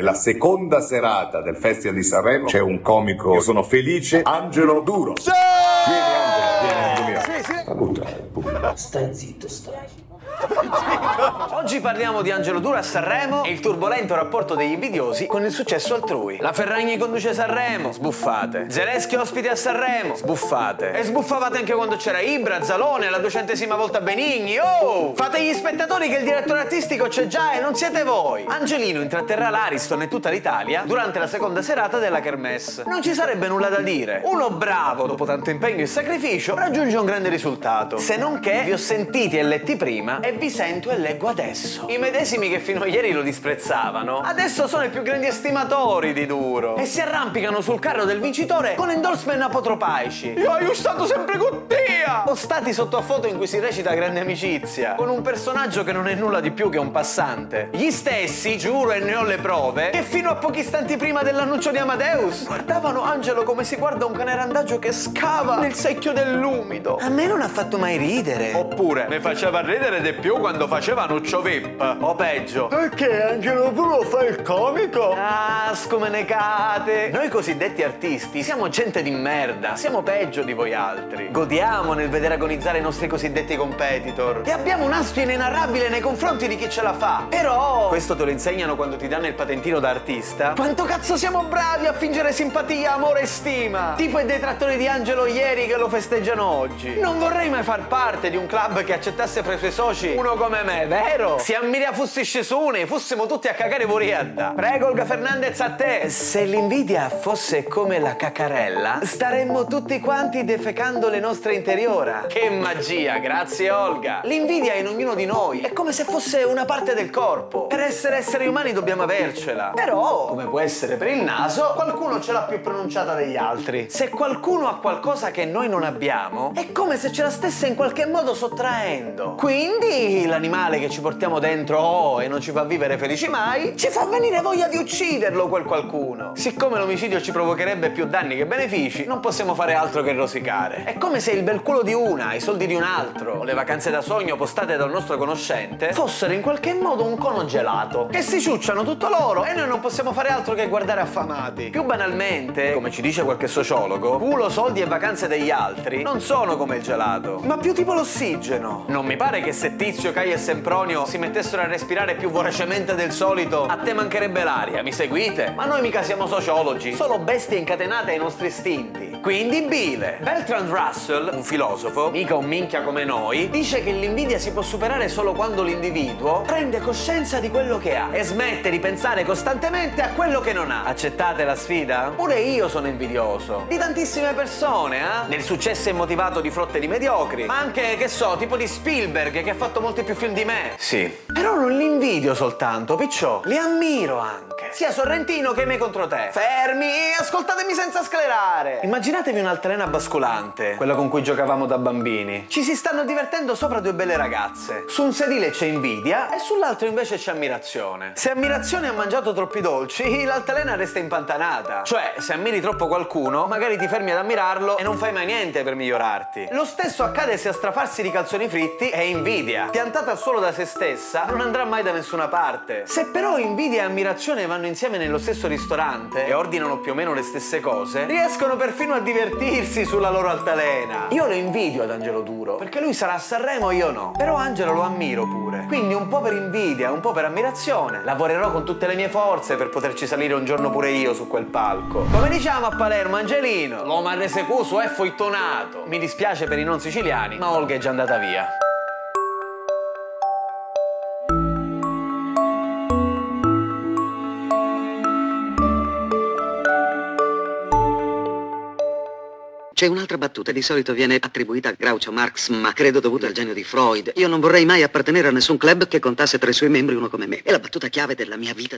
nella seconda serata del Festival di Sanremo c'è un comico, io sono felice, Angelo Duro. Sì! Vieni, Angelo. Stai zitto, stai. Oggi parliamo di Angelo Duro a Sanremo e il turbolento rapporto degli invidiosi con il successo altrui. La Ferragni conduce Sanremo, sbuffate. Zelensky ospite a Sanremo, sbuffate. E sbuffavate anche quando c'era Ibra, Zalone, la 200ª volta Benigni. Oh! Fate gli spettatori che il direttore artistico c'è già e non siete voi. Angelino intratterrà l'Ariston e tutta l'Italia durante la seconda serata della Kermesse. Non ci sarebbe nulla da dire. Uno bravo, dopo tanto impegno e sacrificio, raggiunge un grande risultato. Se non che vi ho sentiti e letti prima e vi sento e leggo adesso. I medesimi che fino a ieri lo disprezzavano, adesso sono i più grandi estimatori di Duro e si arrampicano sul carro del vincitore con endorsement apotropaici. Io stato sempre con te! O stati sotto a foto in cui si recita grande amicizia con un personaggio che non è nulla di più che un passante. Gli stessi, giuro e ne ho le prove, che fino a pochi istanti prima dell'annuncio di Amadeus guardavano Angelo come si guarda un cane randagio che scava nel secchio dell'umido. A me non ha fatto mai ridere. Oppure ne faceva ridere di più quando faceva Nuccio Vip. O peggio, perché Angelo Duro fa il comico? Ah, scomenecate. Noi cosiddetti artisti siamo gente di merda, siamo peggio di voi altri. Godiamo nel vedere agonizzare i nostri cosiddetti competitor e abbiamo un astio inenarrabile nei confronti di chi ce la fa. Però questo te lo insegnano quando ti danno il patentino da artista. Quanto cazzo siamo bravi a fingere simpatia, amore e stima. Tipo i detrattori di Angelo ieri che lo festeggiano oggi. Non vorrei mai far parte di un club che accettasse fra i suoi soci uno come me, vero? Se Ammiria fossi scesone, fossimo tutti a cagare Vorietta. Prego, Olga Fernandez, a te. Se l'invidia fosse come la cacarella, staremmo tutti quanti defecando le nostre interiora. Che magia, grazie Olga. L'invidia è in ognuno di noi, è come se fosse una parte del corpo. Per essere esseri umani dobbiamo avercela. Però, come può essere per il naso, qualcuno ce l'ha più pronunciata degli altri. Se qualcuno ha qualcosa che noi non abbiamo, è come se ce la stesse in qualche modo sottraendo. Quindi l'animale che ci portiamo dentro e non ci fa vivere felici mai, ci fa venire voglia di ucciderlo quel qualcuno. Siccome l'omicidio ci provocherebbe più danni che benefici, non possiamo fare altro che rosicare. È come se il bel culo di una, i soldi di un altro, o le vacanze da sogno postate dal nostro conoscente fossero in qualche modo un cono gelato, che si ciucciano tutto loro e noi non possiamo fare altro che guardare affamati. Più banalmente, come ci dice qualche sociologo, culo, soldi e vacanze degli altri non sono come il gelato, ma più tipo l'ossigeno. Non mi pare che se Tizio, Caio e Sempronio si mettessero a respirare più voracemente del solito, a te mancherebbe l'aria, mi seguite? Ma noi mica siamo sociologi, solo bestie incatenate ai nostri istinti. Quindi bile. Bertrand Russell, un filosofo, mica un minchia come noi, dice che l'invidia si può superare solo quando l'individuo prende coscienza di quello che ha e smette di pensare costantemente a quello che non ha. Accettate la sfida? Pure io sono invidioso di tantissime persone, Nel successo immotivato di frotte di mediocri, ma anche, che so, tipo di Spielberg che ha fatto molti più film di me. Sì. Però non li invidio soltanto, picciò, li ammiro anche. Sia Sorrentino che me contro te. Fermi, ascoltatemi senza sclerare. Immaginatevi un'altalena basculante, quella con cui giocavamo da bambini. Ci si stanno divertendo sopra due belle ragazze. Su un sedile c'è invidia e sull'altro invece c'è ammirazione. Se ammirazione ha mangiato troppi dolci, l'altalena resta impantanata. Cioè, se ammiri troppo qualcuno, magari ti fermi ad ammirarlo e non fai mai niente per migliorarti. Lo stesso accade se a strafarsi di calzoni fritti è invidia. Piantata solo da se stessa, non andrà mai da nessuna parte. Se però invidia e ammirazione vanno insieme nello stesso ristorante e ordinano più o meno le stesse cose, riescono perfino a divertirsi sulla loro altalena. Io lo invidio ad Angelo Duro, perché lui sarà a Sanremo e io no. Però Angelo lo ammiro pure. Quindi un po' per invidia, un po' per ammirazione, lavorerò con tutte le mie forze per poterci salire un giorno pure io su quel palco. Come diciamo a Palermo, Angelino, lo marresecuso è foitonato. Mi dispiace per i non siciliani, ma Olga è già andata via. C'è un'altra battuta, di solito viene attribuita a Groucho Marx, ma credo dovuta al genio di Freud. Io non vorrei mai appartenere a nessun club che contasse tra i suoi membri uno come me. È la battuta chiave della mia vita.